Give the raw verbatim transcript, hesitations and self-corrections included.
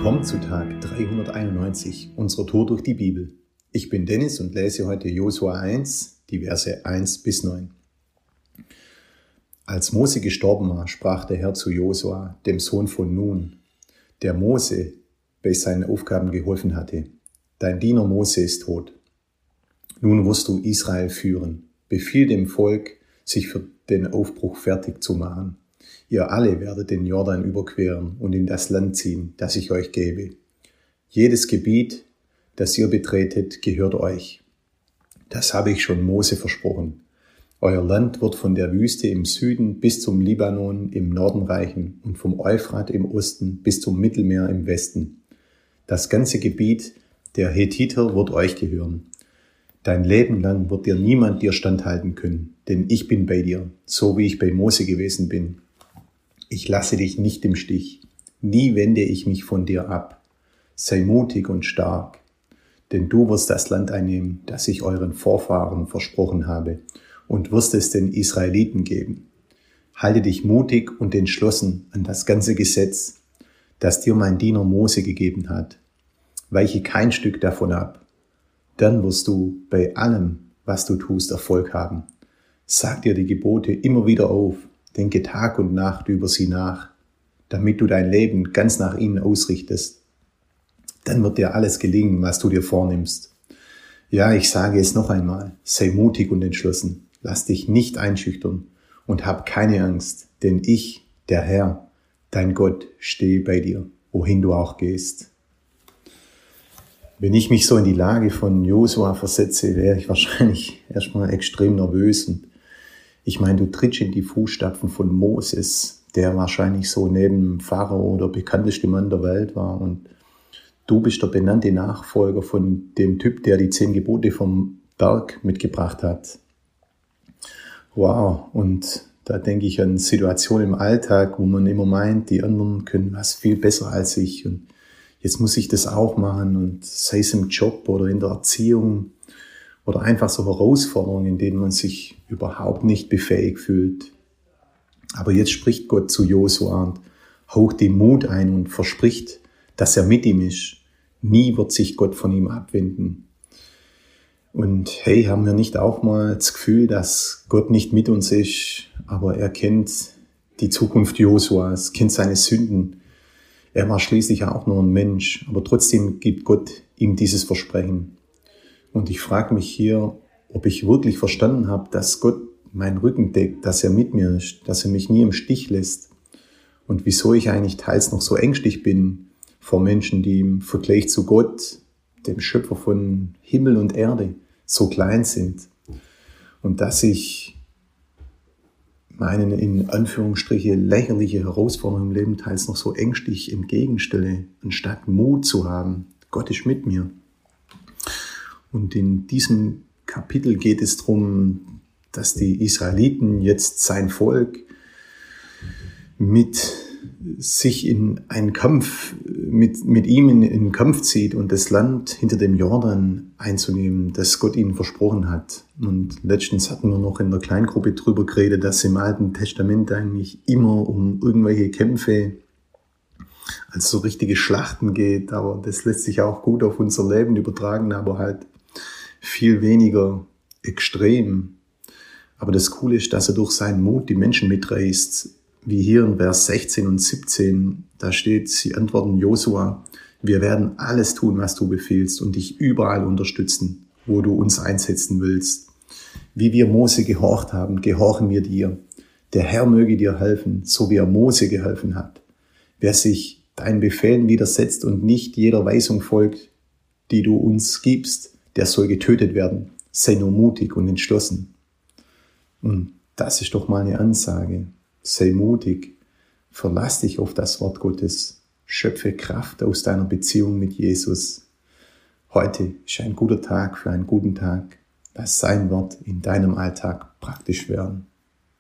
Willkommen zu Tag dreihunderteinundneunzig unserer Tour durch die Bibel. Ich bin Dennis und lese heute Josua eins, die Verse eins bis neun. Als Mose gestorben war, sprach der Herr zu Josua, dem Sohn von Nun, der Mose bei seinen Aufgaben geholfen hatte. Dein Diener Mose ist tot. Nun wirst du Israel führen. Befiehl dem Volk, sich für den Aufbruch fertig zu machen. Ihr alle werdet den Jordan überqueren und in das Land ziehen, das ich euch gebe. Jedes Gebiet, das ihr betretet, gehört euch. Das habe ich schon Mose versprochen. Euer Land wird von der Wüste im Süden bis zum Libanon im Norden reichen und vom Euphrat im Osten bis zum Mittelmeer im Westen. Das ganze Gebiet der Hethiter wird euch gehören. Dein Leben lang wird dir niemand dir standhalten können, denn ich bin bei dir, so wie ich bei Mose gewesen bin. Ich lasse dich nicht im Stich, nie wende ich mich von dir ab. Sei mutig und stark, denn du wirst das Land einnehmen, das ich euren Vorfahren versprochen habe, und wirst es den Israeliten geben. Halte dich mutig und entschlossen an das ganze Gesetz, das dir mein Diener Mose gegeben hat. Weiche kein Stück davon ab. Dann wirst du bei allem, was du tust, Erfolg haben. Sag dir die Gebote immer wieder auf. Denke Tag und Nacht über sie nach, damit du dein Leben ganz nach ihnen ausrichtest. Dann wird dir alles gelingen, was du dir vornimmst. Ja, ich sage es noch einmal, sei mutig und entschlossen. Lass dich nicht einschüchtern und hab keine Angst, denn ich, der Herr, dein Gott, stehe bei dir, wohin du auch gehst. Wenn ich mich so in die Lage von Josua versetze, wäre ich wahrscheinlich erstmal extrem nervös. Und ich meine, du trittst in die Fußstapfen von Moses, der wahrscheinlich so neben dem Pharao der bekannteste Mann der Welt war. Und du bist der benannte Nachfolger von dem Typ, der die zehn Gebote vom Berg mitgebracht hat. Wow, und da denke ich an Situationen im Alltag, wo man immer meint, die anderen können was viel besser als ich. Und jetzt muss ich das auch machen, und sei es im Job oder in der Erziehung oder einfach so Herausforderungen, in denen man sich überhaupt nicht befähigt fühlt. Aber jetzt spricht Gott zu Josua und haucht ihm Mut ein und verspricht, dass er mit ihm ist. Nie wird sich Gott von ihm abwenden. Und hey, haben wir nicht auch mal das Gefühl, dass Gott nicht mit uns ist, aber er kennt die Zukunft Josuas, kennt seine Sünden. Er war schließlich auch nur ein Mensch, aber trotzdem gibt Gott ihm dieses Versprechen. Und ich frage mich hier, ob ich wirklich verstanden habe, dass Gott meinen Rücken deckt, dass er mit mir ist, dass er mich nie im Stich lässt. Und wieso ich eigentlich teils noch so ängstlich bin vor Menschen, die im Vergleich zu Gott, dem Schöpfer von Himmel und Erde, so klein sind. Und dass ich meinen in Anführungsstriche lächerliche Herausforderungen im Leben teils noch so ängstlich entgegenstelle, anstatt Mut zu haben. Gott ist mit mir. Und in diesem Kapitel geht es darum, dass die Israeliten jetzt sein Volk mit sich in einen Kampf, mit, mit ihm in, in den Kampf zieht und das Land hinter dem Jordan einzunehmen, das Gott ihnen versprochen hat. Und letztens hatten wir noch in der Kleingruppe drüber geredet, dass im Alten Testament eigentlich immer um irgendwelche Kämpfe, als so richtige Schlachten geht, aber das lässt sich auch gut auf unser Leben übertragen, aber halt viel weniger extrem. Aber das Coole ist, dass er durch seinen Mut die Menschen mitreißt, wie hier in Vers sechzehn und siebzehn, da steht, sie antworten Josua, wir werden alles tun, was du befiehlst und dich überall unterstützen, wo du uns einsetzen willst. Wie wir Mose gehorcht haben, gehorchen wir dir. Der Herr möge dir helfen, so wie er Mose geholfen hat. Wer sich deinen Befehlen widersetzt und nicht jeder Weisung folgt, die du uns gibst, der soll getötet werden. Sei nur mutig und entschlossen. Und das ist doch mal eine Ansage. Sei mutig. Verlass dich auf das Wort Gottes. Schöpfe Kraft aus deiner Beziehung mit Jesus. Heute ist ein guter Tag für einen guten Tag. Lass sein Wort in deinem Alltag praktisch werden.